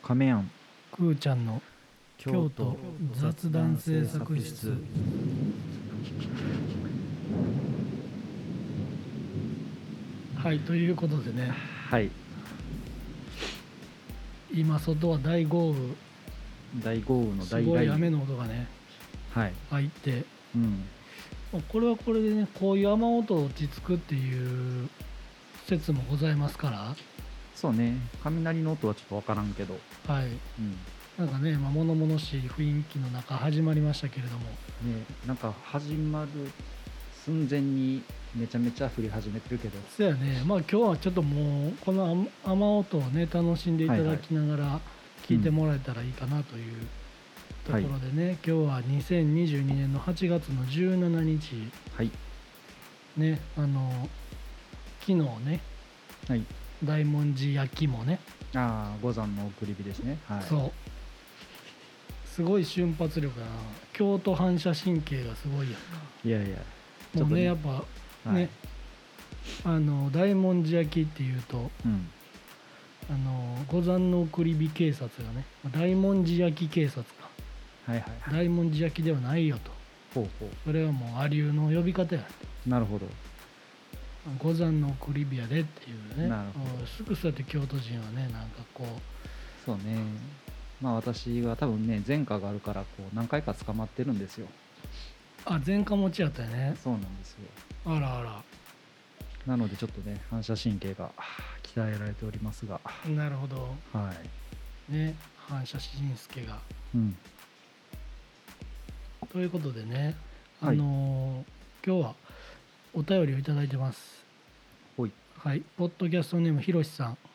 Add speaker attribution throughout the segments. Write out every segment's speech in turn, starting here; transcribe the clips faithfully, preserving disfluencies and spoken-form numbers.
Speaker 1: 亀庵
Speaker 2: くーちゃんの京都雑談制作室。はい、ということでね、
Speaker 1: はい、
Speaker 2: 今外は大豪雨、
Speaker 1: 大豪雨の
Speaker 2: す
Speaker 1: 大雷雨。
Speaker 2: ごい雨の音がね
Speaker 1: はい、
Speaker 2: 入って、
Speaker 1: うん、
Speaker 2: これはこれでね、こういう雨音落ち着くっていう説もございますから、
Speaker 1: そうね、雷の音はちょっと分からんけど、
Speaker 2: はい、
Speaker 1: うん、
Speaker 2: なんかね、まあ、物々しい雰囲気の中始まりましたけれども、
Speaker 1: ね、なんか始まる寸前にめちゃめちゃ降り始めてるけど、
Speaker 2: そうやね、まあ今日はちょっともうこの雨雨音をね楽しんでいただきながら聞いてもらえたらいいかなというところでね、今日はにせんにじゅうにねんのはちがつのじゅうしちにち、
Speaker 1: はい
Speaker 2: ね、あの昨日ね、
Speaker 1: はい、
Speaker 2: 大文字焼きもね、
Speaker 1: ああ五山の送り火ですね。はい、
Speaker 2: そうすごい瞬発力だな、京都反射神経がすごいやんか。
Speaker 1: いやいや、
Speaker 2: もうねやっぱね、
Speaker 1: はい、あ
Speaker 2: の大文字焼きっていうと、
Speaker 1: うん、
Speaker 2: あの五山の送り火警察がね、大文字焼き警察か、
Speaker 1: はいはいはい、
Speaker 2: 大文字焼きではないよと、
Speaker 1: ほうほう、
Speaker 2: それはもう阿流の呼び方やと、
Speaker 1: なるほど、
Speaker 2: 五山の送り火やでっていうね。
Speaker 1: なるほど、
Speaker 2: すぐそうやって京都人はね、なんかこう、
Speaker 1: そうね、まあ私は多分ね前科があるからこう何回か捕まってるんですよ。
Speaker 2: あ、前科持ちやったよね。
Speaker 1: そうなんですよ。
Speaker 2: あらあら、
Speaker 1: なのでちょっとね反射神経が鍛えられておりますが、
Speaker 2: なるほど
Speaker 1: はい
Speaker 2: ね、反射神経が。
Speaker 1: うん
Speaker 2: ということでね、あ
Speaker 1: はい
Speaker 2: のー今日はお便りをいただいてます。
Speaker 1: ほい
Speaker 2: はい、ポッドキャストネームひろしさん、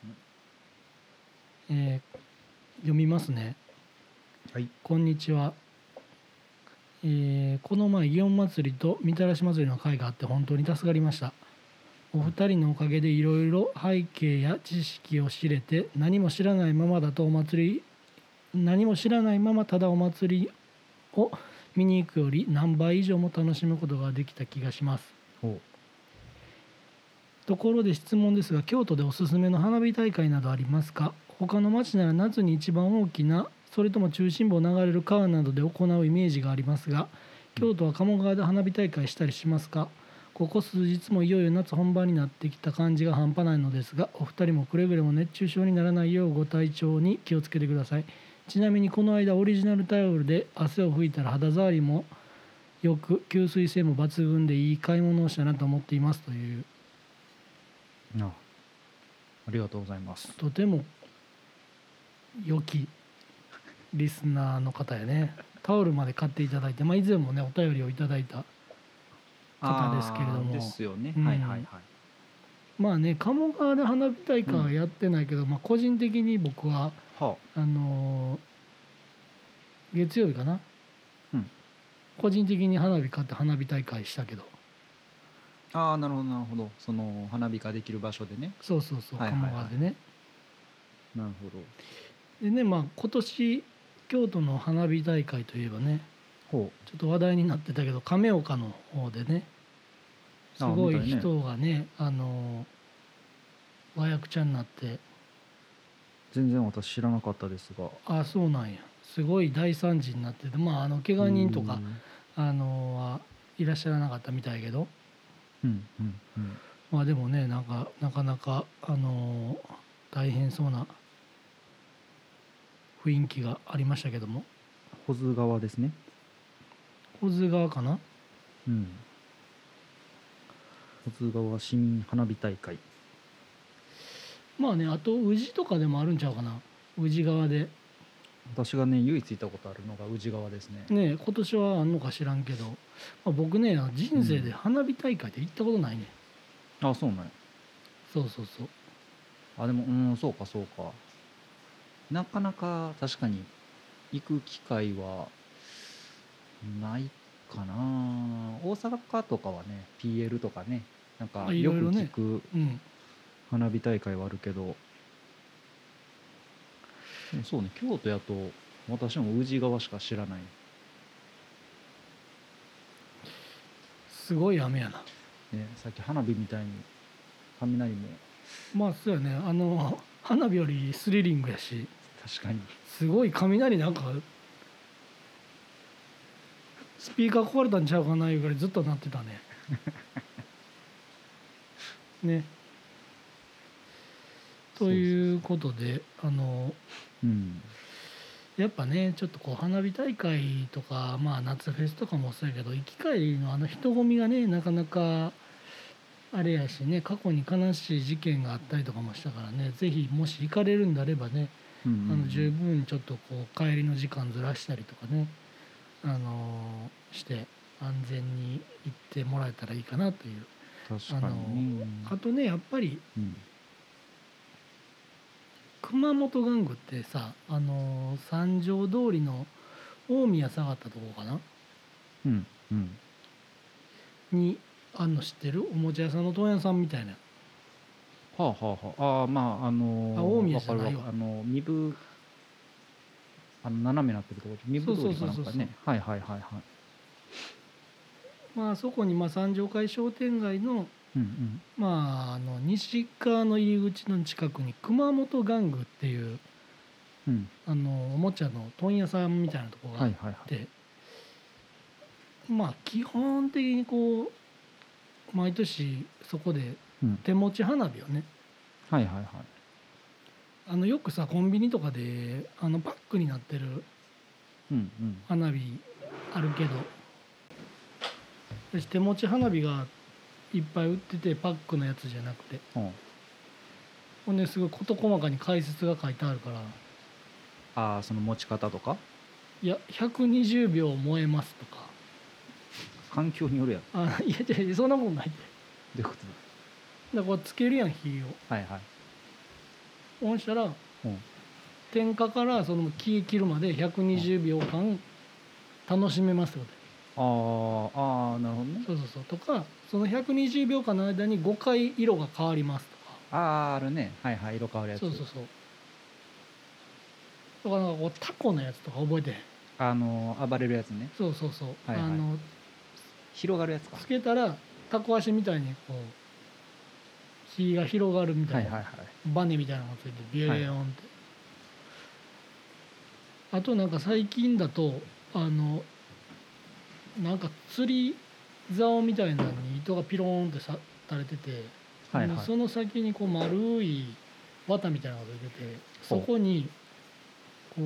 Speaker 2: えー読みますね。
Speaker 1: はい
Speaker 2: こんにちは。えーこの前祇園祭りとみたらし祭りの会があって本当に助かりました。お二人のおかげでいろいろ背景や知識を知れて、何も知らないままだとお祭り何も知らないままただお祭りを見に行くより何倍以上も楽しむことができた気がします。
Speaker 1: ほ
Speaker 2: ところで質問ですが、京都でおすすめの花火大会などありますか？他の町なら夏に一番大きな、それとも中心部を流れる川などで行うイメージがありますが、京都は鴨川で花火大会したりしますか？ここ数日もいよいよ夏本番になってきた感じが半端ないのですが、お二人もくれぐれも熱中症にならないようご体調に気をつけてください。ちなみにこの間オリジナルタオルで汗を拭いたら肌触りもよく吸水性も抜群でいい買い物をしたなと思っていますという、
Speaker 1: うあありがとうございます。
Speaker 2: とても良きリスナーの方やね。タオルまで買っていただいて、まあ、以前もねお便りをいただいた方ですけれども、
Speaker 1: あーですよね、
Speaker 2: うん
Speaker 1: はいはいはい。
Speaker 2: まあね、鴨川で花火大会はやってないけど、まあ、個人的に僕は
Speaker 1: は
Speaker 2: あのー月曜日かな、
Speaker 1: うん
Speaker 2: 個人的に花火買って花火大会したけど、
Speaker 1: あああなるほどなるほど、その花火ができる場所でね。
Speaker 2: そうそうそう、
Speaker 1: はいはいはい
Speaker 2: 鴨川でね。
Speaker 1: なるほど。
Speaker 2: でね、まあ今年京都の花火大会といえばね、
Speaker 1: ほ
Speaker 2: ちょっと話題になってたけど亀岡の方でね、すごい
Speaker 1: あ見たいね
Speaker 2: 人がね、あの和訳ちゃんになって、
Speaker 1: う全然私知らなかったですが。
Speaker 2: あ、そうなんや、すごい大惨事になってて、まああの怪我人とか
Speaker 1: へー
Speaker 2: あのはいらっしゃらなかったみたいやけど、
Speaker 1: うんうんうん
Speaker 2: まあでもね、なんかなかなかあの大変そうな雰囲気がありましたけども、
Speaker 1: 保津川ですね。
Speaker 2: 保津川かな。
Speaker 1: うん保津川市民花火大会。
Speaker 2: まあね、あと宇治とかでもあるんちゃうかな、宇治川で
Speaker 1: 私がね唯一行ったことあるのが宇治川ですね。
Speaker 2: ね。今年はあんのか知らんけど、まあ、僕ね人生で花火大会で行ったことないね、
Speaker 1: あそうなんや。
Speaker 2: そうそうそう。
Speaker 1: あでもうんそうかそうか。なかなか確かに行く機会はないかな。大阪とかはね ピーエル とかねなんか
Speaker 2: あい
Speaker 1: よく
Speaker 2: ろいろね
Speaker 1: 聞く
Speaker 2: うん
Speaker 1: 花火大会はあるけど、でもそうね京都やと私も宇治川しか知らない。
Speaker 2: すごい雨やな。
Speaker 1: ね、さっき花火みたいに雷も
Speaker 2: まあそうやね、あの花火よりスリリングやし、
Speaker 1: 確かに。
Speaker 2: すごい雷なんかスピーカー壊れたんちゃうかないうぐらいずっと鳴ってたねね。ということであの
Speaker 1: うん
Speaker 2: やっぱねちょっとこう花火大会とか、まあ、夏フェスとかもそうやけど行き帰りのあの人混みがねなかなかあれやしね、過去に悲しい事件があったりとかもしたからね、ぜひもし行かれるんであればね、
Speaker 1: うんうんうん
Speaker 2: あの十分ちょっとこう帰りの時間ずらしたりとかね、あのして安全に行ってもらえたらいいかなという。
Speaker 1: 確かにね。
Speaker 2: あのあとねやっぱり
Speaker 1: うん
Speaker 2: 熊本玩具ってさ、あの三条通りの大宮下がったとこかな
Speaker 1: うんうん
Speaker 2: にあんの知ってる？おもちゃ屋さんの問屋さんみたいな。
Speaker 1: はあはあはあ。ああまああの
Speaker 2: あ大宮
Speaker 1: わ
Speaker 2: じゃないわ
Speaker 1: かるわかる。あの身分あの斜めになってるところ身分通りかなんかね。はいはいはいはい。
Speaker 2: まあそこにまあ三条会商店街の
Speaker 1: うんうん
Speaker 2: まああの西側の入り口の近くに熊本玩具っていう
Speaker 1: うん
Speaker 2: あのおもちゃの問屋さんみたいなところがあっ
Speaker 1: はいはいはい。
Speaker 2: て、まあ基本的にこう毎年そこで
Speaker 1: うん
Speaker 2: 手持ち花火をね、
Speaker 1: はいはいはい。
Speaker 2: あのよくさコンビニとかであのパックになってる
Speaker 1: うんうん
Speaker 2: 花火あるけど、私手持ち花火がいっぱい売っててパックのやつじゃなくて、
Speaker 1: うん
Speaker 2: ほんですごい事細かに解説が書いてあるから、
Speaker 1: ああその持ち方とか
Speaker 2: いやひゃくにじゅうびょう燃えますとか、
Speaker 1: 環境によるやろ。
Speaker 2: あいやいやそんなことないって。
Speaker 1: どういうこと
Speaker 2: だからこうつけるやん火を。
Speaker 1: だ。はいはい。
Speaker 2: ほんしたら
Speaker 1: うん
Speaker 2: 点火からその消え切るまでひゃくにじゅうびょうかん楽しめますってこと。
Speaker 1: あーあーなるほどね。
Speaker 2: そうそうそうとか、そのひゃくにじゅうびょうかんの間にごかい色が変わりますとか。
Speaker 1: あああるね。はいはい色変わるやつ。
Speaker 2: そうそうそう。とかなんかこうタコのやつとか覚えてへん？
Speaker 1: あの暴れるやつね。
Speaker 2: そうそうそう。
Speaker 1: はいはい
Speaker 2: あの
Speaker 1: 広がるやつか。
Speaker 2: つけたらタコ足みたいにこう火が広がるみたいな、
Speaker 1: はいはいはい。
Speaker 2: バネみたいなのがついてビューヨーンって、あとなんか最近だとあのなんか釣り竿みたいなのに糸がピローンってさ垂れてて、
Speaker 1: はいはい
Speaker 2: その先にこう丸い綿みたいなのが出てて、そこにこ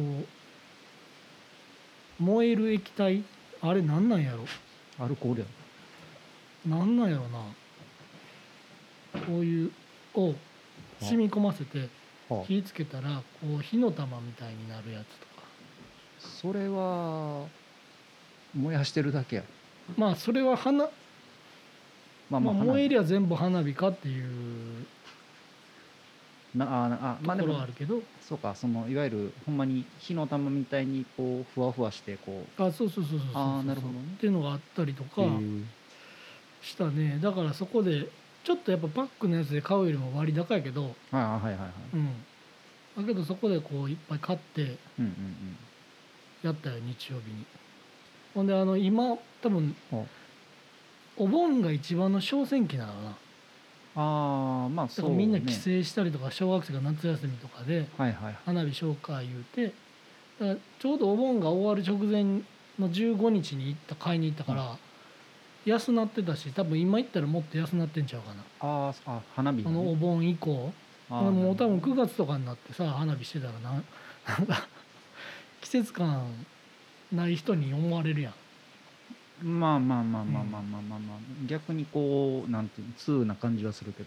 Speaker 2: う燃える液体、あれなんなんやろ
Speaker 1: アルコールや
Speaker 2: なんなんやろな、こういうを染み込ませて
Speaker 1: ろ。はあ
Speaker 2: 火つけたらこう火の玉みたいになるやつとか、
Speaker 1: それは燃やしてるだけや。
Speaker 2: まあそれは花、
Speaker 1: まあ
Speaker 2: まあ、
Speaker 1: まあ花火
Speaker 2: 燃えりゃ全部花火かっていう
Speaker 1: なああまあ
Speaker 2: ところ
Speaker 1: でも
Speaker 2: はあるけど、
Speaker 1: そうかそのいわゆるほんまに火の玉みたいにこうふわふわしてこう
Speaker 2: あそうそうそうそうそうそう
Speaker 1: あーなるほどね
Speaker 2: っていうのがあったりとか
Speaker 1: へー
Speaker 2: したね。だからそこでちょっとやっぱパックのやつで買うよりも割高やけど、
Speaker 1: はいはいはいはい
Speaker 2: うんだけどそこでこういっぱい買って
Speaker 1: うんうん
Speaker 2: やったよ日曜日に。ほんであの今多分
Speaker 1: うんあ
Speaker 2: お盆が一番の小選期なのかな。
Speaker 1: あーまあ
Speaker 2: だ
Speaker 1: そうね
Speaker 2: からみんな帰省したりとか小学生が夏休みとかで
Speaker 1: はいはい
Speaker 2: 花火紹介言うて、だからちょうどお盆が終わる直前のじゅうごにちに行った買いに行ったから安なってたし、多分今行ったらもっと安なってんちゃうかな、
Speaker 1: あーあ花火がね
Speaker 2: あのお盆以降。
Speaker 1: あー
Speaker 2: もう多分くがつとかになってさ花火してたらななんか季節感ない人に思われるやん。
Speaker 1: まあまあまあまあまあまあまあまあ、逆にこうなんていうの通な感じはするけど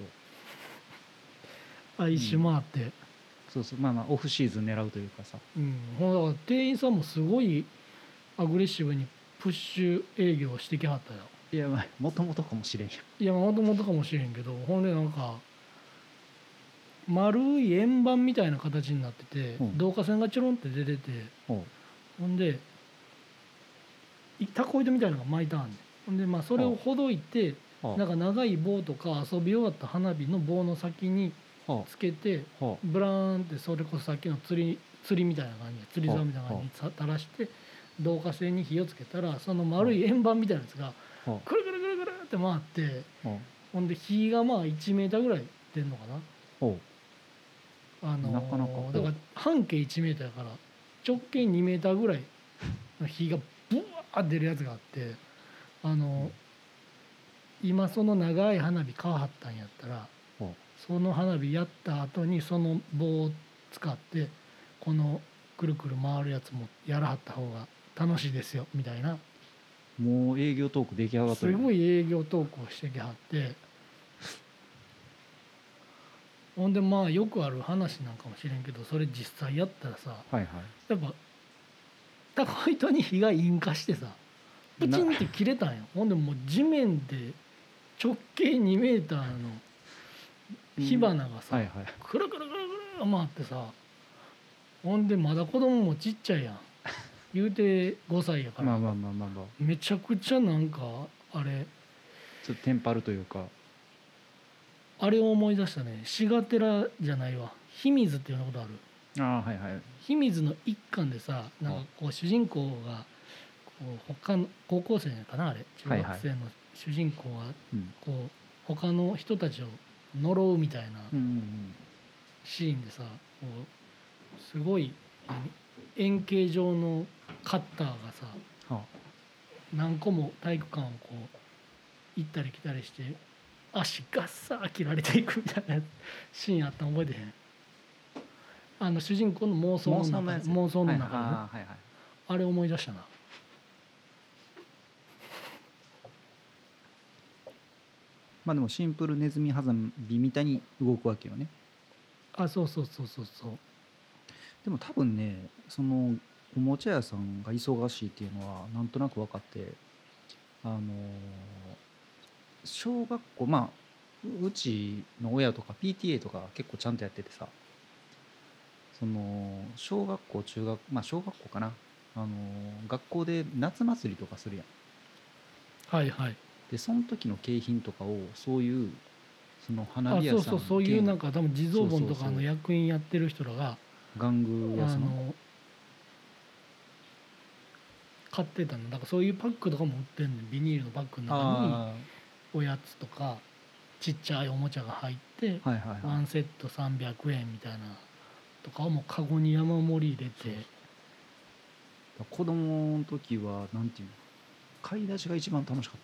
Speaker 2: あ一周回って、
Speaker 1: そうそうまあまあオフシーズン狙うというかさ
Speaker 2: うんほんだから店員さんもすごいアグレッシブにプッシュ営業してきはったよ。
Speaker 1: いやまあもともとかもしれんよ
Speaker 2: いやもともとかもしれんけど、ほんでなんか丸い円盤みたいな形になってて、
Speaker 1: うん
Speaker 2: 導火線がちょろんって出てて、
Speaker 1: ほ
Speaker 2: ほんでいタコ糸みたいなのが巻いたんねん。ほんでまあそれをほどいて、
Speaker 1: うはあ
Speaker 2: なんか長い棒とか遊び終わった花火の棒の先に
Speaker 1: は
Speaker 2: つけて
Speaker 1: あは
Speaker 2: ブラーンってそれこそさっきの釣り釣りみたいな感じで釣り竿みたいな感じにさ垂らして導火線に火をつけたら、その丸い円盤みたいなやつが
Speaker 1: あは
Speaker 2: くるくるくるくるって回って、
Speaker 1: あはあ
Speaker 2: ほんで火がまあいちメーターぐらい出んのかな。
Speaker 1: ほ
Speaker 2: あのー
Speaker 1: なかなか
Speaker 2: だから半径いちメーターやから直径にメーターぐらいの火がブワー出るやつがあって、あの今その長い花火買わはったんやったら
Speaker 1: ほ
Speaker 2: その花火やった後にその棒を使ってこのくるくる回るやつもやらはった方が楽しいですよみたいな
Speaker 1: うもう営業トーク出来上がってる
Speaker 2: すごい営業トークをしてきはって、ほんでまあよくある話なんかもしれんけどそれ実際やったらさ
Speaker 1: はいはい
Speaker 2: やっぱタコ糸に火が引火してさプチンって切れたんよ。ほんでもう地面で直径にメーターの火花がさ、
Speaker 1: はいはい
Speaker 2: くるくるくるくる回ってさ、ほんでまだ子供もちっちゃいやん言うてごさいやから
Speaker 1: まあまあまあまあまあ
Speaker 2: めちゃくちゃなんかあれ
Speaker 1: ちょっとテンパるというか
Speaker 2: あれを思い出したね。志賀寺じゃないわ秘密っていうようなことある。
Speaker 1: ああはいはい
Speaker 2: 秘密の一巻でさなんかこう主人公がこう他の高校生かなあれ中学生の主人公が
Speaker 1: うん
Speaker 2: こう他の人たちを呪うみたいな
Speaker 1: うんうん
Speaker 2: シーンでさこうすごい何円形状のカッターがさ
Speaker 1: うんは
Speaker 2: 何個も体育館をこう行ったり来たりして足ガッサー切られていくみたいなシーンあったの覚えてへん？あの主人公の妄想の中で
Speaker 1: 妄想のやつ
Speaker 2: 妄想の中でね、
Speaker 1: はいはいはいはい
Speaker 2: あれ思い出したな。
Speaker 1: まあでもシンプルネズミハザビみたいに動くわけよね。
Speaker 2: あそうそうそうそうそう。
Speaker 1: でも多分ねそのおもちゃ屋さんが忙しいっていうのはなんとなく分かって、あのー小学校まあううちの親とか ピーティーエー とか結構ちゃんとやっててさ、その小学校中学まあ小学校かな、あのー学校で夏祭りとかするやん。
Speaker 2: はいはい。
Speaker 1: でその時の景品とかをそういうその花
Speaker 2: あ
Speaker 1: 火屋さん
Speaker 2: そうそうそういうなん
Speaker 1: か
Speaker 2: か多分地蔵盆と
Speaker 1: そうそうそう
Speaker 2: かの役員やってる人らが
Speaker 1: 玩具屋さん
Speaker 2: あの買ってたのだからそういうパックとかも売ってんねん。ビニールのパックの中に
Speaker 1: あ
Speaker 2: おやつとかちっちゃいおもちゃが入って
Speaker 1: あはいはいはい
Speaker 2: ワンセットさんびゃくえんみたいなとかをもうカゴに山盛り入れ
Speaker 1: そう
Speaker 2: て
Speaker 1: 子供の時はなんていうの買い出しが一番楽しか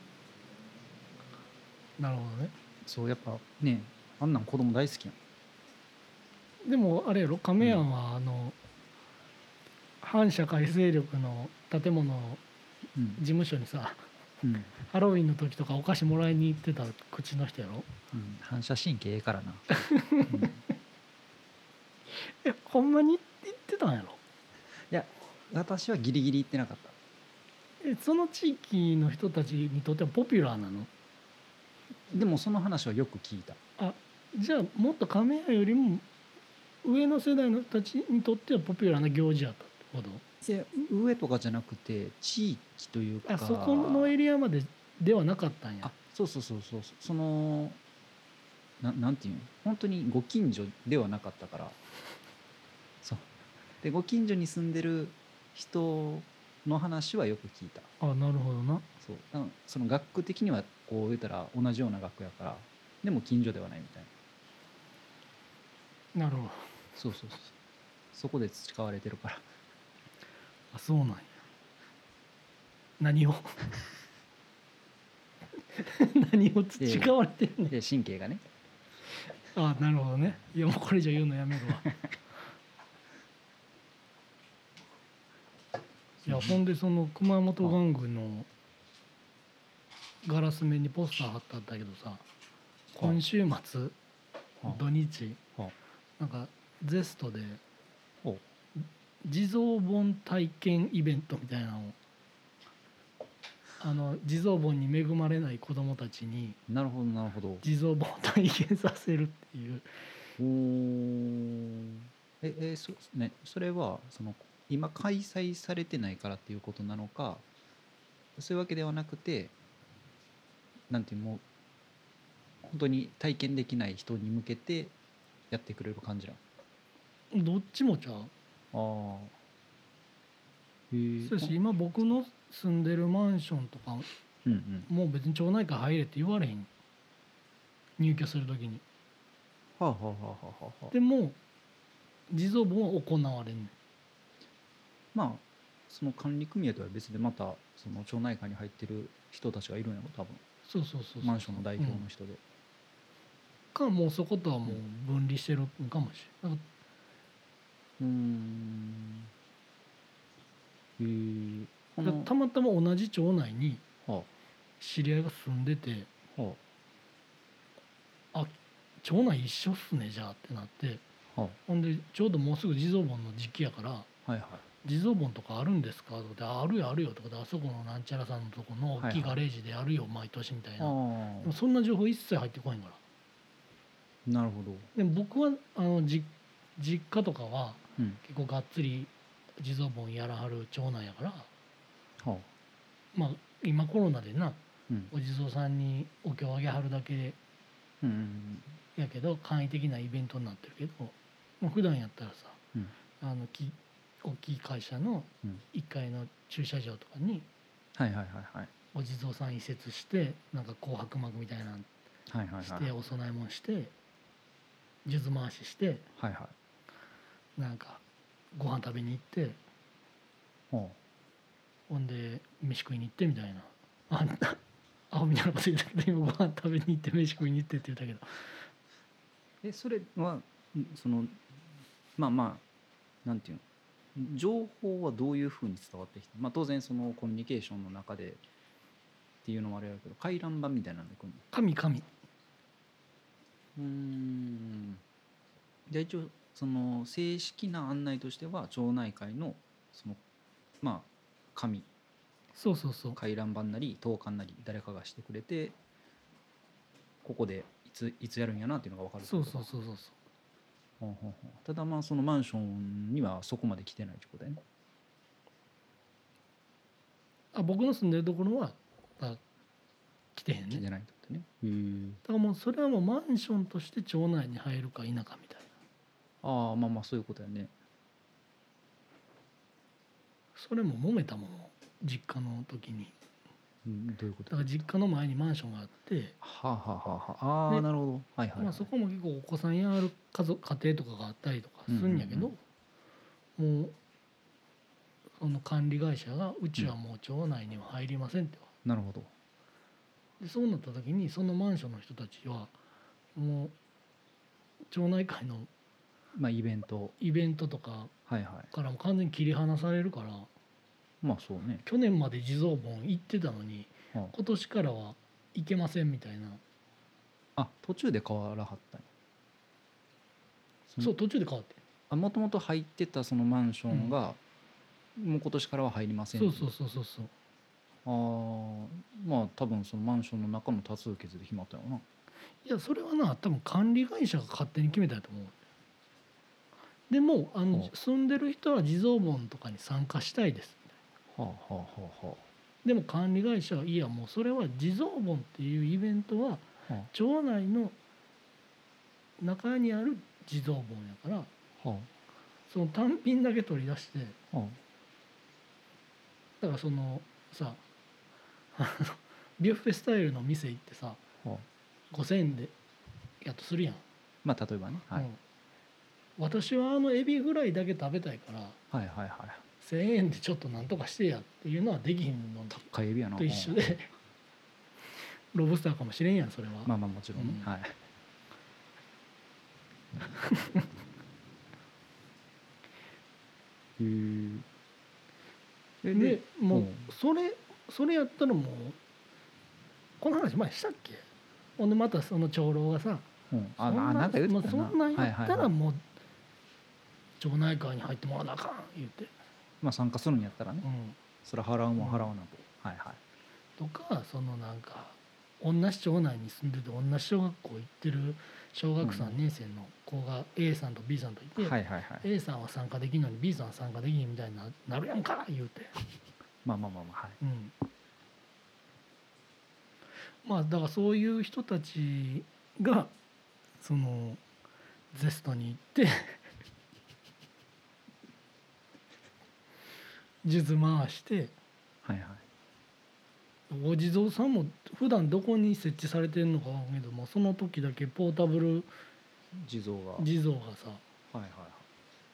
Speaker 1: った。
Speaker 2: なるほどね。
Speaker 1: そうやっぱねあんなん子供大好きやん。
Speaker 2: でもあれやろ亀庵はあの反社会勢力の建物の
Speaker 1: うん
Speaker 2: 事務所にさ
Speaker 1: うん
Speaker 2: ハロウィンの時とかお菓子もらいに行ってた口の人やろ。
Speaker 1: うん反射神経ええからな、うん、い
Speaker 2: えほんまに行ってたんやろ。
Speaker 1: や私はギリギリ行ってなかった。
Speaker 2: えその地域の人たちにとってはポピュラーなの？
Speaker 1: でもその話はよく聞いた。
Speaker 2: あじゃあもっと亀屋よりも上の世代の人たちにとってはポピュラーな行事やったってこと？
Speaker 1: いや上とかじゃなくて地域というか
Speaker 2: あそこのエリアまでではなかったんや。
Speaker 1: あそうそうそうそうそのななんていうの本当にご近所ではなかったから。そうでご近所に住んでる人の話はよく聞いた。
Speaker 2: あなるほどな。
Speaker 1: そうだからその学区的にはこう言ったら同じような学区やからでも近所ではないみたいな。
Speaker 2: なるほど。
Speaker 1: そうそうそうそこで培われてるから。
Speaker 2: あそうなんや。何を何を培われてんねん。
Speaker 1: で神経がね。
Speaker 2: あなるほどね。いやもうこれ以上言うのやめるわ。いやほんでその熊本玩具のガラス面にポスター貼ってあったけどさ、今週末土日
Speaker 1: は
Speaker 2: なんかゼストで
Speaker 1: お
Speaker 2: 地蔵盆体験イベントみたいなのをあの地蔵盆に恵まれない子どもたちに
Speaker 1: なるほどなるほど。
Speaker 2: 地蔵盆を体験させるっていう。
Speaker 1: おーええそねそれはその今開催されてないからっていうことなのかそういうわけではなくてなんていうもう本当に体験できない人に向けてやってくれる感じな
Speaker 2: どっちもちゃう。
Speaker 1: の。ああへえ
Speaker 2: そうやし今僕の住んでるマンションとか
Speaker 1: うんうん
Speaker 2: もう別に町内会入れって言われへん。入居する時に。
Speaker 1: はあはあはあはあはあ
Speaker 2: でも地蔵盆は行われんねん。
Speaker 1: まあその管理組合とは別でまたその町内会に入ってる人たちがいるんやろ多分。
Speaker 2: そうそうそうそう。
Speaker 1: マンションの代表の人で、
Speaker 2: うん、かもうそことはもう分離してるんかもしれない。
Speaker 1: うーんへえこの
Speaker 2: たまたま同じ町内に
Speaker 1: は
Speaker 2: 知り合いが住んでて、
Speaker 1: あは
Speaker 2: あ町内一緒っすねじゃあってなって、
Speaker 1: あは
Speaker 2: ほんでちょうどもうすぐ地蔵盆の時期やから
Speaker 1: あはいはい
Speaker 2: 地蔵盆とかあるんですかとかであるよあるよとかであそこのなんちゃらさんのとこの大きいガレージでやるよ毎年みたいな、で
Speaker 1: あ
Speaker 2: もそんな情報一切入ってこないから。
Speaker 1: あなるほど、
Speaker 2: でも僕はあのじ実家とかは
Speaker 1: うん
Speaker 2: 結構がっつり地蔵盆やらはる町内やから、
Speaker 1: はあ
Speaker 2: まあ今コロナでな
Speaker 1: うん
Speaker 2: お地蔵さんにお経をあげはるだけ
Speaker 1: うんうん
Speaker 2: やけど簡易的なイベントになってるけど、まあ、普段やったらさ
Speaker 1: うん
Speaker 2: あのき大きい会社の
Speaker 1: うん
Speaker 2: いっかいの駐車場とかに
Speaker 1: はいはいはいはい
Speaker 2: お地蔵さん移設してなんか紅白幕みたいなの
Speaker 1: はいはいはい
Speaker 2: してお供え物して数珠回しして
Speaker 1: はいはい
Speaker 2: なんかご飯食べに行って
Speaker 1: は
Speaker 2: ほんで飯食いに行ってみたいなあんたアホみたいなこと言ったけど今ご飯食べに行って飯食いに行ってって言ったけど
Speaker 1: あえそれはんそのまあまあなんていうの情報はどういうふうに伝わってきて、まあ、当然そのコミュニケーションの中でっていうのもあれやけど回覧板みたいなんで来るの
Speaker 2: 神神
Speaker 1: うーんで一応その正式な案内としては町内会のそのまあ紙
Speaker 2: そうそうそう
Speaker 1: 回覧板なり投函なり誰かがしてくれてここでいついつやるんやなっていうのが分かるって
Speaker 2: そう
Speaker 1: ことか
Speaker 2: そうそうそうそう
Speaker 1: ほうほうほうただまあそのマンションにはそこまで来てないってことだよね
Speaker 2: あ僕の住んでるところはあ来てへんね。
Speaker 1: 来てないってことねへえ
Speaker 2: だからもうそれはもうマンションとして町内に入るか否かみたいな。
Speaker 1: ああまあまあそういうことやね
Speaker 2: それも揉めたもん実家の時に。
Speaker 1: うんどういうこと
Speaker 2: だから実家の前にマンションがあって
Speaker 1: はあはあはあはああ
Speaker 2: で
Speaker 1: あなるほどはいはい、はい
Speaker 2: まあそこも結構お子さんやる家族家庭とかがあったりとかするんやけど、もうその管理会社がうちはもう町内には入りませんって
Speaker 1: なるほど
Speaker 2: でそうなった時にそのマンションの人たちはもう町内会の
Speaker 1: まあイベント
Speaker 2: イベントとか
Speaker 1: はいはい
Speaker 2: からも完全に切り離されるから
Speaker 1: まあそうね、
Speaker 2: 去年まで地蔵盆行ってたのに
Speaker 1: は
Speaker 2: 今年からは行けませんみたいな。
Speaker 1: あ、あ途中で変わらはったんやその
Speaker 2: そう途中で変わって
Speaker 1: あもともと入ってたそのマンションが、もう今年からは入りません
Speaker 2: そうそうそうそうそう
Speaker 1: ああまあ多分そのマンションの中の多数決で決まったよな。
Speaker 2: いやそれはな多分管理会社が勝手に決めたやと思う。でもあの
Speaker 1: はあ
Speaker 2: 住んでる人は地蔵盆とかに参加したいです
Speaker 1: はあはあはあは
Speaker 2: でも管理会社はいやもうそれは地蔵盆っていうイベントは
Speaker 1: あは
Speaker 2: 町内の中にある地蔵盆やから
Speaker 1: あは
Speaker 2: その単品だけ取り出して
Speaker 1: あは
Speaker 2: だからそのさあのビュッフェスタイルの店行ってさ
Speaker 1: あはあ
Speaker 2: ごせんえんでやっとするやん、
Speaker 1: まあ例えばね、はい
Speaker 2: うん私はあのエビフライだけ食べたいから
Speaker 1: はいはいはい
Speaker 2: せんえんでちょっとなんとかしてやっていうのはできひんの
Speaker 1: 高いエビやな
Speaker 2: と一緒でロブスターかもしれんやんそれは、
Speaker 1: まあまあもちろんね、
Speaker 2: うん
Speaker 1: はいへえ
Speaker 2: でも
Speaker 1: う
Speaker 2: うんそれそれやったらもうこの話前したっけほんでまたその長老がさ
Speaker 1: うんあ
Speaker 2: そんな
Speaker 1: あなんか言ってたな
Speaker 2: もうそんなんやった
Speaker 1: はいはいはい
Speaker 2: らもう町内会に入ってもらわなあかん言うて、
Speaker 1: まあ参加するんやったらね、
Speaker 2: うん、
Speaker 1: それは払うもん払わなと、はいはい
Speaker 2: とかそのなんか同じ町内に住んでて同じ小学校行ってる小学さんねん生の子が A さんと B さんといて、
Speaker 1: はいはいはい
Speaker 2: A さんは参加できんのに B さんは参加できんみたいにななるやんか言うて、
Speaker 1: まあまあまあまあはい
Speaker 2: うん、まあだからそういう人たちがそのゼストに行って数珠回して
Speaker 1: はいはい
Speaker 2: お地蔵さんも普段どこに設置されてるのかわかんないけどもその時だけポータブル
Speaker 1: 地蔵がはい
Speaker 2: 地蔵がさ
Speaker 1: はいはい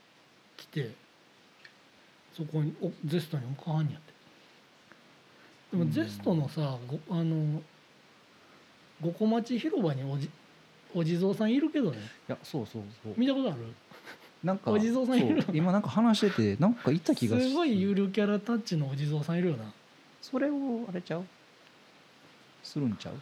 Speaker 2: 来てそこにおゼストに置かはんやって。でもゼストのさごあの五個町広場におじお地蔵さんいるけどね。
Speaker 1: いやそうそうそう
Speaker 2: 見たことある？
Speaker 1: なんか
Speaker 2: お地蔵さんいるよな
Speaker 1: そう今なんか話しててなんかいた気が
Speaker 2: すごい有料キャラタッチのお地蔵さんいるよな。
Speaker 1: それをあれちゃうするんちゃう。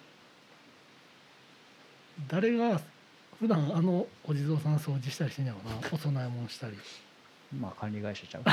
Speaker 2: 誰が普段あのお地蔵さん掃除したりしてんやろな。お供え物したり。
Speaker 1: まあ管理会社ちゃう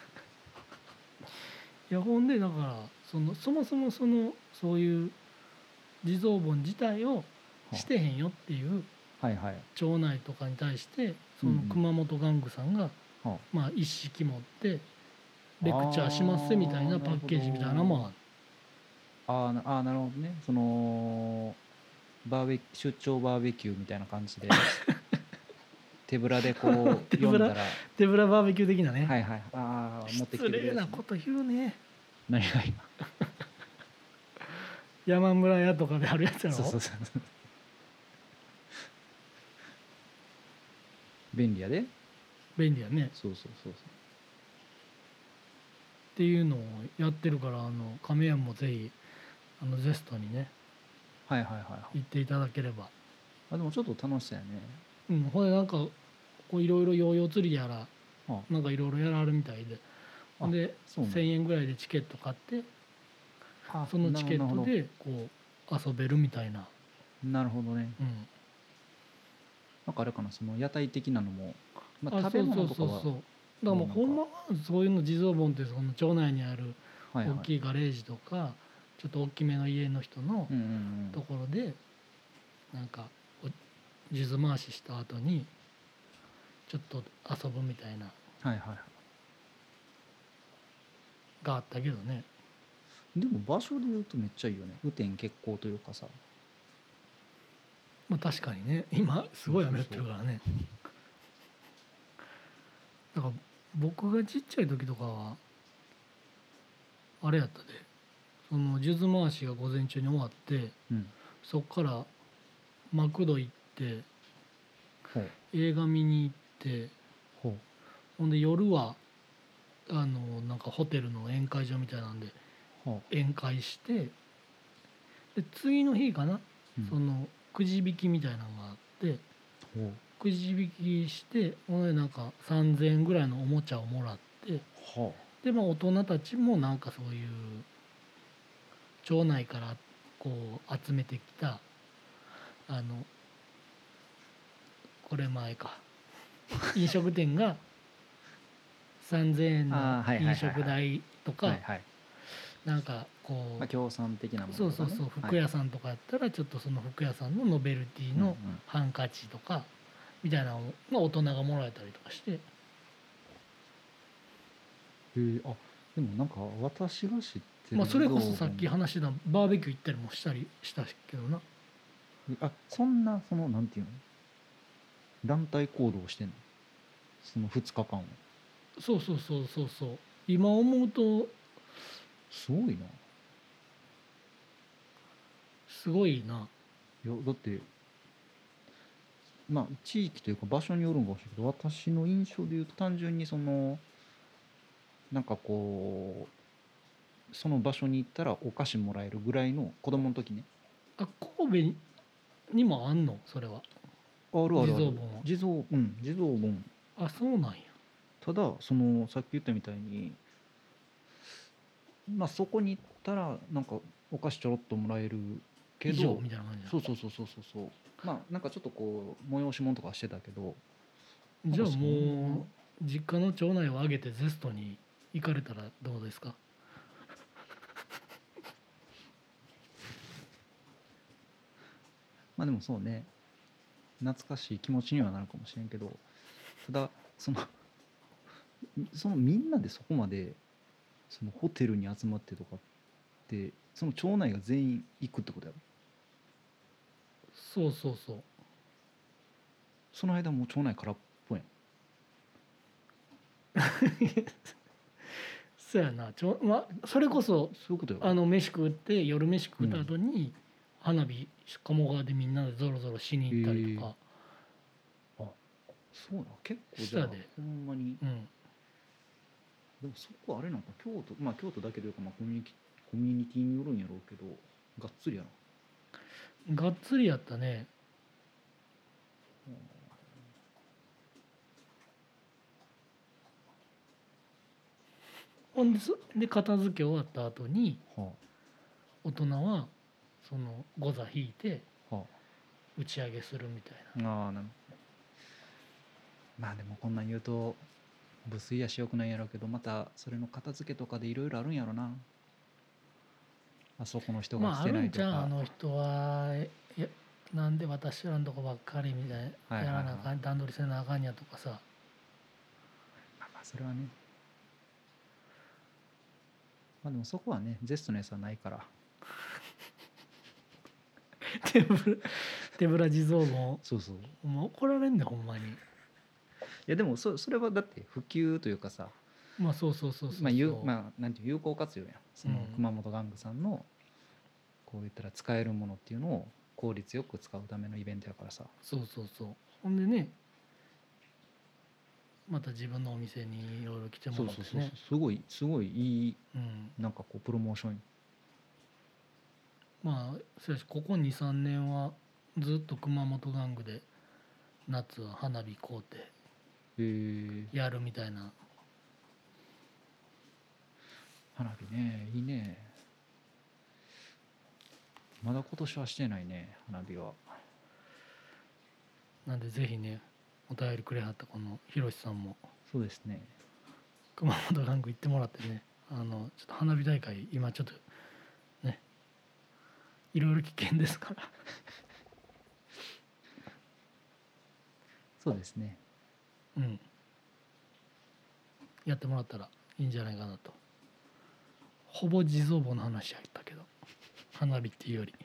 Speaker 2: いやほんでだからそのそもそもそのそういう地蔵盆自体をしてへんよっていう
Speaker 1: はいはい
Speaker 2: 町内とかに対してその
Speaker 1: うんうん
Speaker 2: 熊本玩具さんが
Speaker 1: は
Speaker 2: まあ一式持ってレクチャーしますみたいなパッケージみたいなのもある。
Speaker 1: あーなあーなるほどね。そのバーベ出張バーベキューみたいな感じで手ぶらでこう
Speaker 2: 手ぶら
Speaker 1: 読んだら
Speaker 2: 手ぶらバーベキュー的なね。
Speaker 1: はいはいああ持ってきて
Speaker 2: 失礼
Speaker 1: くれるやつね
Speaker 2: なこと言うね。
Speaker 1: 何が今
Speaker 2: 山村屋とかであるやつやろ。
Speaker 1: そうそうそう便利やで。
Speaker 2: 便利やね。
Speaker 1: そうそうそう
Speaker 2: っていうのをやってるからあの亀山もぜひあのゼストにね
Speaker 1: はいはいはいはい
Speaker 2: 行っていただければ。
Speaker 1: あでもちょっと楽しそうやね。
Speaker 2: うん、ほんでなんかこういろいろヨーヨー釣りやら
Speaker 1: あ
Speaker 2: なんかいろいろやられるみたいで、ほんで
Speaker 1: そうなん
Speaker 2: せんえんぐらいでチケット買って
Speaker 1: あ
Speaker 2: そのチケット
Speaker 1: なる
Speaker 2: でこう遊べるみたいな。
Speaker 1: ほどなるほどね。
Speaker 2: うん、
Speaker 1: なんかあれかなその屋台的なのも、まあ、
Speaker 2: あ
Speaker 1: 食べ物とかは
Speaker 2: そうそうそうそう。だからもうほんまはそういうの地蔵盆ってその町内にある
Speaker 1: はいはい
Speaker 2: 大きいガレージとかちょっと大きめの家の人の
Speaker 1: うんうんうん
Speaker 2: ところでなんかお数珠回しした後にちょっと遊ぶみたいな
Speaker 1: はいはい
Speaker 2: があったけどね。
Speaker 1: でも場所で言うとめっちゃいいよね。雨天決行というかさ。
Speaker 2: まあ確かにね今すごい雨降ってるからね。だから僕がちっちゃい時とかはあれやったでその数珠回しが午前中に終わって
Speaker 1: うん
Speaker 2: そっからマクド行って
Speaker 1: ほう
Speaker 2: 映画見に行って
Speaker 1: ほう
Speaker 2: ほんで夜はあのなんかホテルの宴会場みたいなんで
Speaker 1: ほ
Speaker 2: 宴会してで次の日かな、
Speaker 1: ううん
Speaker 2: そのくじ引きみたいなのがあって
Speaker 1: ほう
Speaker 2: くじ引きしてほんでなんかさんぜんえんぐらいのおもちゃをもらって
Speaker 1: は
Speaker 2: でまあ大人たちもなんかそういう町内からこう集めてきたあのこれ前か飲食店がさんぜんえんの
Speaker 1: あーはいはいはいはい
Speaker 2: 飲食代とか
Speaker 1: あはいはい、
Speaker 2: なんかこ
Speaker 1: まあ、
Speaker 2: う
Speaker 1: 協賛的なもの
Speaker 2: そう
Speaker 1: とかね
Speaker 2: そうそう服屋さんとかやったらちょっとその服屋さんのノベルティのハンカチとかみたいなのが大人がもらえたりとかして
Speaker 1: へえあでもなんか私が知ってる
Speaker 2: まあそれこそ
Speaker 1: 像
Speaker 2: さっき話したバーベキュー行ったりもしたりしたけどな。
Speaker 1: あそんなそのなんていうの団体行動をしてんのそのふつかかんを
Speaker 2: そうそうそうそうそう今思うと
Speaker 1: すごいな。
Speaker 2: すごいな。
Speaker 1: いやだってまあ地域というか場所によるんかもしれないけど私の印象で言うと単純にそのなんかこうその場所に行ったらお菓子もらえるぐらいの子供の時ね。
Speaker 2: あ神戸にもあんのそれは。
Speaker 1: あるあるある
Speaker 2: 地蔵盆は
Speaker 1: 地蔵うん地蔵盆。
Speaker 2: あそうなんや。
Speaker 1: ただそのさっき言ったみたいにまあそこに行ったらなんかお菓子ちょろっともらえるけ
Speaker 2: 以上
Speaker 1: ど
Speaker 2: みたいな感じだ。
Speaker 1: そうそうそうそうそうそうまあなんかちょっとこう催し物とかしてたけど
Speaker 2: じゃあ
Speaker 1: なんかそんな
Speaker 2: もう実家の町内を挙げてゼストに行かれたらどうですか。
Speaker 1: まあでもそうね懐かしい気持ちにはなるかもしれんけどただそのそのみんなでそこまでそのホテルに集まってとかってその町内が全員行くってことやろ。
Speaker 2: そうそうそう。
Speaker 1: その間もう町内空っぽやん。
Speaker 2: そうやなちょ、まあ、それこそ
Speaker 1: そういうことやろ。
Speaker 2: あの飯食って夜飯食った後に花火鴨川でみんなでゾロゾロしに行ったりとか、
Speaker 1: そうな結構じゃあ
Speaker 2: したで
Speaker 1: ほんまに
Speaker 2: うん、
Speaker 1: でもそこあれなんか京都まあ京都だけというか、まあ、コミュニティコミュニティによるんやろうけどがっつりやな。
Speaker 2: がっつりやったね。ほんですで片付け終わった後に
Speaker 1: は
Speaker 2: 大人はそのゴザ引いて
Speaker 1: あは
Speaker 2: 打ち上げするみたい
Speaker 1: あああなるほど。まあでもこんなん言うと無粋やしよくないやろうけどまたそれの片付けとかでいろいろあるんやろな。あそこの人
Speaker 2: な。まああ
Speaker 1: が来てないと
Speaker 2: るんちゃうあ
Speaker 1: か。
Speaker 2: の人はえいやなんで私らのとこばっかりみたいな、
Speaker 1: はいはいはい
Speaker 2: やらなあかん段取りせなあかんやとかさ。
Speaker 1: まあまあそれはね。まあでもそこはねゼストのやつはないから。
Speaker 2: 手ぶら手ぶら地蔵も
Speaker 1: そうそう。い
Speaker 2: もう怒られんねほんまに。
Speaker 1: やでもそそれはだって普及というかさ、
Speaker 2: まあそうそうそうそうそう。
Speaker 1: まあ有まあなんていう有効活用やん。その
Speaker 2: うん
Speaker 1: 熊本玩具さんのこう言ったら使えるものっていうのを効率よく使うためのイベントやからさ。
Speaker 2: そうそうそう。ほんでねまた自分のお店にいろいろ来ても
Speaker 1: そうそうそう
Speaker 2: らってね。
Speaker 1: すごいすごいいい
Speaker 2: うん
Speaker 1: なんかこうプロモーション。
Speaker 2: まあそうやしここにさんねんはずっと熊本玩具で夏は花火買うて
Speaker 1: えー、
Speaker 2: やるみたいな。
Speaker 1: 花火ねいいね。まだ今年はしてないね花火は。
Speaker 2: なんでぜひねお便りくれはったこのひろしさんも
Speaker 1: そうですね。
Speaker 2: 熊本玩具行ってもらってね、あのちょっと花火大会今ちょっとねいろいろ危険ですから
Speaker 1: そうですね。
Speaker 2: うんやってもらったらいいんじゃないかなと。ほぼ地蔵坊の話やったけど花火っていうより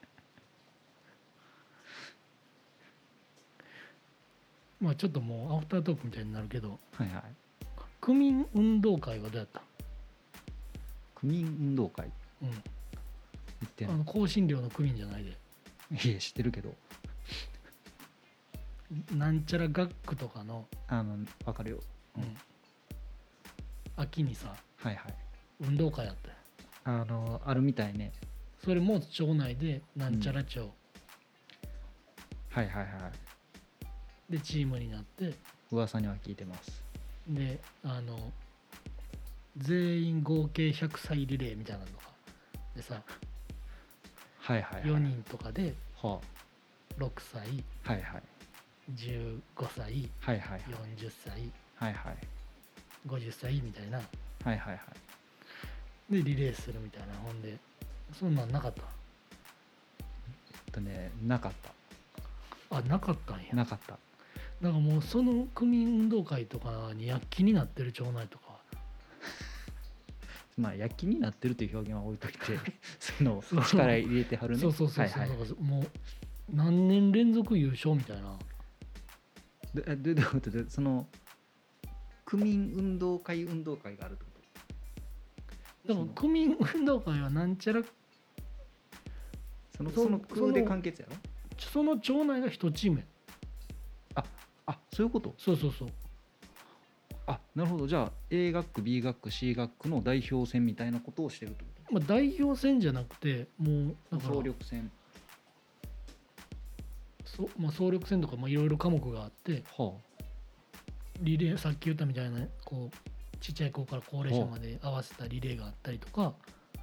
Speaker 2: まあちょっともうアフタートークみたいになるけど、
Speaker 1: はいはい。
Speaker 2: 区民運動会はどうやった？
Speaker 1: 区民運動会
Speaker 2: うん
Speaker 1: 行ってんの？
Speaker 2: あの香辛料の区民じゃないで、
Speaker 1: いや知ってるけど
Speaker 2: なんちゃら学区とかの、
Speaker 1: あの分かるよ。
Speaker 2: うん、秋にさ
Speaker 1: はいはい。
Speaker 2: 運動会やったよ。
Speaker 1: あのあるみたいね。
Speaker 2: それも町内でなんちゃら町、
Speaker 1: はいはいはい。
Speaker 2: でチームになって
Speaker 1: 噂には聞いてます。
Speaker 2: であの全員合計ひゃくさいリレーみたいなのとかでさ
Speaker 1: はいはいはい。
Speaker 2: よにんとかで
Speaker 1: は
Speaker 2: ろくさい
Speaker 1: あ、はいはい
Speaker 2: じゅうごさい
Speaker 1: はいはい
Speaker 2: よんじゅっさい
Speaker 1: はいはい
Speaker 2: ごじゅっさいみたいな
Speaker 1: はいはいはい。
Speaker 2: でリレーするみたいな。ほんでそんなんなかった？
Speaker 1: えっとねなかっ
Speaker 2: あなかったんや。
Speaker 1: たなかった。
Speaker 2: だからもうその区民運動会とかに躍起になってる町内とか
Speaker 1: まあ躍起になってるという表現は置いといてその
Speaker 2: そう
Speaker 1: 力入れてはるね。
Speaker 2: そうそうそうそう、
Speaker 1: はいはい。
Speaker 2: だからもう何年連続優勝みたいな。
Speaker 1: ででどういうことでその区民運動会運動会があるってこ
Speaker 2: だから区民運動会はなんちゃら
Speaker 1: と？その
Speaker 2: そ
Speaker 1: その区で完結やろ？
Speaker 2: その町内が一チームや。
Speaker 1: あそういうこと。
Speaker 2: そうそうそう。
Speaker 1: あなるほど。じゃあ A 学区 B 学区 C 学区の代表戦みたいなことをしてるってこ
Speaker 2: まあ、代表戦じゃなくてもう
Speaker 1: と？
Speaker 2: だから
Speaker 1: 総力戦。
Speaker 2: そ、まあ、総力戦とかまあいろいろ科目があって
Speaker 1: は
Speaker 2: リレーさっき言ったみたいなこうちっちゃい子から高齢者まで合わせたリレーがあったりとか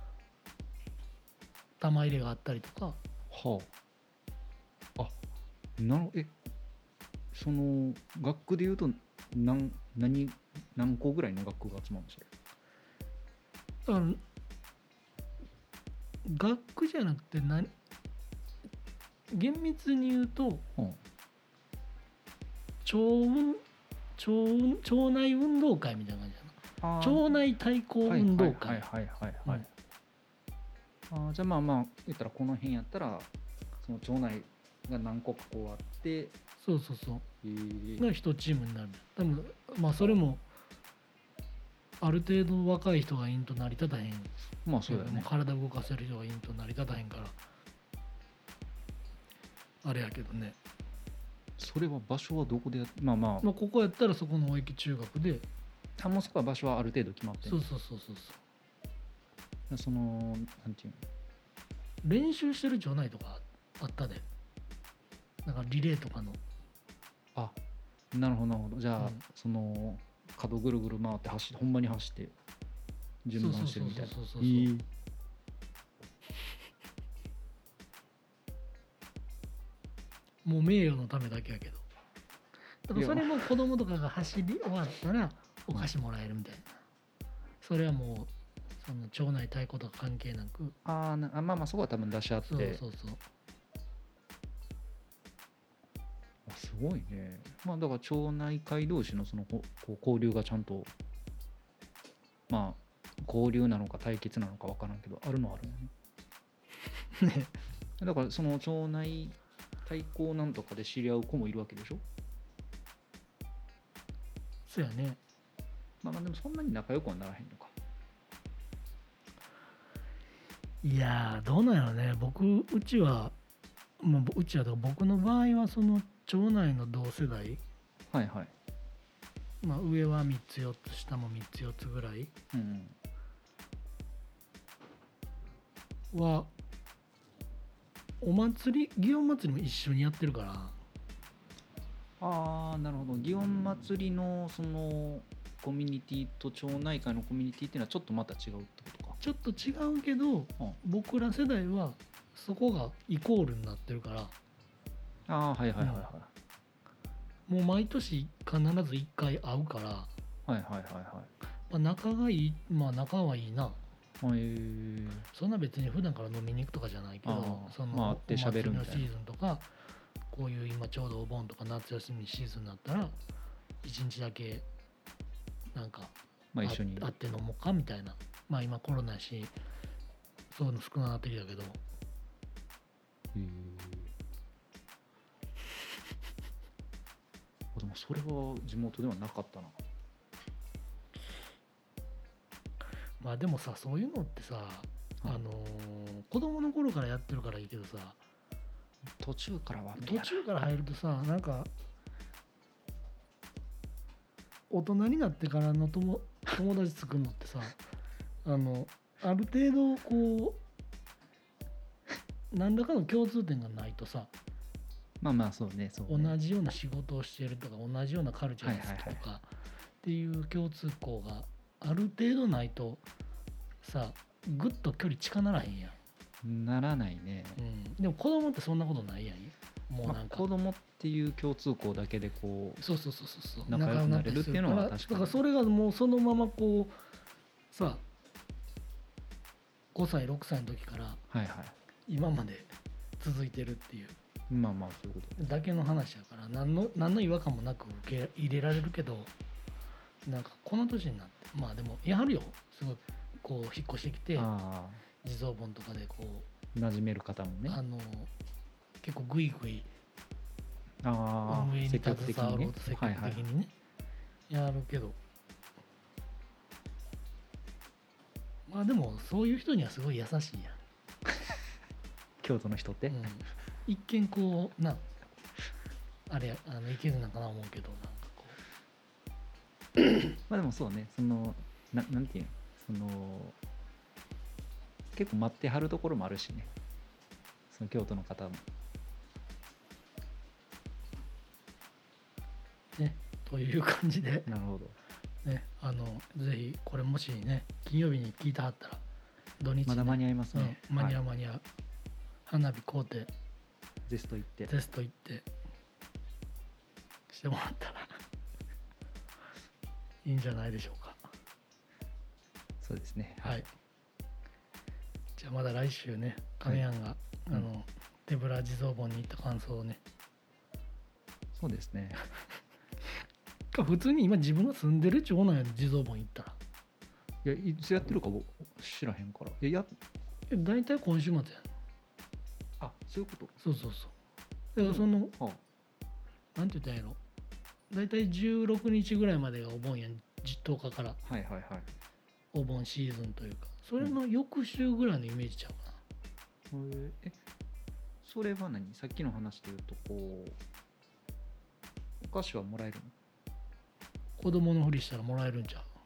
Speaker 2: 玉入れがあったりとか。
Speaker 1: あはあ。あなるえその学区でいうと何何何校ぐらいの学区が集まるのそれ？
Speaker 2: だから学区じゃなくて何厳密に言うと
Speaker 1: は
Speaker 2: 町運町運町内運動会みたいな感じだな。
Speaker 1: あ
Speaker 2: 町内対抗運動
Speaker 1: はい
Speaker 2: 会。
Speaker 1: はいはいはいはい、
Speaker 2: うん
Speaker 1: あーじゃあまあまあ言ったらこの辺やったらその町内が何個かこうあって
Speaker 2: そうそうそう
Speaker 1: えー
Speaker 2: が一チームになる。多分まあそれもある程度若い人がいんと成り立たへん。
Speaker 1: まあそうだよね。
Speaker 2: もう体動かせる人がいんと成り立たへんからあれやけどね。
Speaker 1: それは場所はどこでやっまあまあ、
Speaker 2: まあここやったらそこの大駅中学で
Speaker 1: あもうそこは場所はある程度決まってんの。
Speaker 2: そうそうそうそうそう
Speaker 1: そのなんていうの、
Speaker 2: 練習してる町内とかあったで、なんかリレーとかの。
Speaker 1: あなるほどなるほど。じゃあ、
Speaker 2: うん
Speaker 1: その角ぐるぐる回って走ってほんまに走って順番してるみたいな。
Speaker 2: そうそうそうそうそうそう
Speaker 1: いい
Speaker 2: もう名誉のためだけやけど、だからそれも子供とかが走り終わったらお菓子もらえるみたいな、それはもうその町内対抗とか関係なく。
Speaker 1: あーなあまあまあそこは多分出し合って。
Speaker 2: そうそうそう
Speaker 1: あすごいね。まあだから町内会同士のそのここう交流がちゃんとまあ交流なのか対決なのか分からんけどあるのはあるよね。
Speaker 2: ね
Speaker 1: だからその町内対抗なんとかで知り合う子もいるわけでしょ。
Speaker 2: そうやね。
Speaker 1: まあまあでもそんなに仲良くはならへんのか。
Speaker 2: いやーどうなんやろね。僕うちはもううちはだから僕の場合はその町内の同世代、
Speaker 1: はいはい。
Speaker 2: まあ、上はみっつよっつ下もみっつよっつぐらい
Speaker 1: うん
Speaker 2: はお祭り祇園祭りも一緒にやってるから。
Speaker 1: ああなるほど。祇園祭りのそのコミュニティと町内会のコミュニティっていうのはちょっとまた違うってことか。
Speaker 2: ちょっと違うけど、
Speaker 1: うん
Speaker 2: 僕ら世代はそこがイコールになってるから、
Speaker 1: ああはいはいはいは
Speaker 2: もう毎年必ずいっかい会うから、
Speaker 1: いはいはいはいはい。
Speaker 2: まあ、仲がいい、まあ仲はいいな。
Speaker 1: へえ
Speaker 2: そんな別に普段から飲みに行くとかじゃないけど、
Speaker 1: ああ
Speaker 2: その
Speaker 1: まあ会って喋るみたいな
Speaker 2: お祭りのシーズンとかこういう今ちょうどお盆とか夏休みシーズンになったらいちにちだけなんか
Speaker 1: まあ一緒に
Speaker 2: 会って飲もうかみたいな。まあ今コロナやしそういうの少なくなってきたけど、
Speaker 1: へえでもそれは地元ではなかったな。
Speaker 2: まあでもさそういうのってさ、
Speaker 1: はい
Speaker 2: あのー子供の頃からやってるからいいけどさ、
Speaker 1: 途中からは
Speaker 2: 途中から入るとさなんか大人になってからの友友達作るのってさ、あのある程度こう何らかの共通点がないとさ、
Speaker 1: まあまあそうねそうね。
Speaker 2: 同じような仕事をしているとか同じようなカルチャーが好きと
Speaker 1: はいはい
Speaker 2: かっていう共通項がある程度ないとさぐっと距離近ならへんやん、
Speaker 1: ならないね。
Speaker 2: うん、でも子供ってそんなことないやん。もう
Speaker 1: まあ、
Speaker 2: なんか、
Speaker 1: 子供っていう共通項だけでこう
Speaker 2: そうそうそうそうそう
Speaker 1: 仲良くなれるっていうのは確かに
Speaker 2: だからそれがもうそのままこうさごさいろくさいの時から
Speaker 1: はいはい
Speaker 2: 今まで続いてるっていう
Speaker 1: まあまあそういうこと
Speaker 2: だけの話やから何の何の違和感もなく受け入れられるけど、なんかこの年になってまあでもやはるよすごいこう引っ越してきて
Speaker 1: あ
Speaker 2: 地蔵盆とかでこう
Speaker 1: あ馴染める方もね
Speaker 2: あの結構グイグイ
Speaker 1: ああ
Speaker 2: 運営に
Speaker 1: 積極的にね
Speaker 2: 携わろうと積極的にね、やるけどまあでもそういう人にはすごい優しいやん、
Speaker 1: 京都の人って、
Speaker 2: うん、一見こうなあれあのいけずなんかな思うけどなんかこ
Speaker 1: まあでもそうねそのななんていうのその結構待ってはるところもあるしねその京都の方も
Speaker 2: うねという感じで
Speaker 1: なるほど
Speaker 2: ねあのぜひこれもしね金曜日に聞いてはったら土日、ね、
Speaker 1: まだ間に合いますね、
Speaker 2: うん、間に合う
Speaker 1: はい
Speaker 2: 間に合う、花火買うて
Speaker 1: ゼスト行って
Speaker 2: テスト行ってしてもらったらいいんじゃないでしょうか。
Speaker 1: そうですね
Speaker 2: はい。じゃあまだ来週ね、亀やんが、
Speaker 1: うん
Speaker 2: あの手ぶら地蔵盆に行った感想をね。
Speaker 1: そうですね
Speaker 2: か普通に今自分が住んでる町内の地蔵盆行ったら、
Speaker 1: いやいつやってるか僕知らへんからえや
Speaker 2: え大体今週末やん。
Speaker 1: あそういうこと
Speaker 2: そうそうそう。だからその、
Speaker 1: は
Speaker 2: なんて言ったんやろ。大体じゅうろくにちぐらいまでがお盆やん。じとおかから
Speaker 1: あはいはいはい
Speaker 2: お盆シーズンというか、それの翌週ぐらいのイメージちゃうかな。
Speaker 1: へええそれは何さっきの話で言うとこうお菓子はもらえるの
Speaker 2: 子供のふりしたらもらえるんちゃう。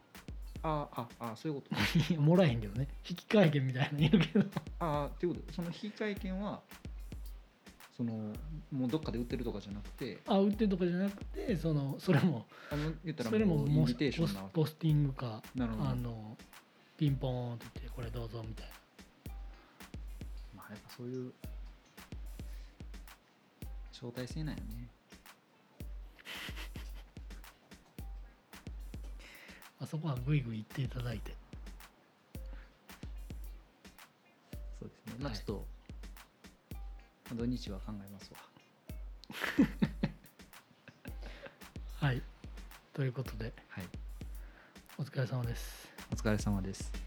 Speaker 1: あああそういうこと
Speaker 2: もらえへんけどね、引換券みたいなの言うけど
Speaker 1: ああっていうことその引換券はそのもうどっかで売ってるとかじゃなくて
Speaker 2: あ売ってるとかじゃなくてそのそれも
Speaker 1: あの言ったら
Speaker 2: それも
Speaker 1: もうインビテーショ
Speaker 2: ポス
Speaker 1: ンなわけ
Speaker 2: ポスティングか
Speaker 1: なるほど
Speaker 2: あのピンポーンって言ってこれどうぞみたいな。
Speaker 1: まあやっぱそういう招待制なんよね
Speaker 2: あそこはグイグイ言っていただいて。
Speaker 1: そうですねまあ
Speaker 2: はい
Speaker 1: ちょっと、土日は考えますわ
Speaker 2: はいということで
Speaker 1: はい
Speaker 2: お疲れ様です。
Speaker 1: お疲れ様です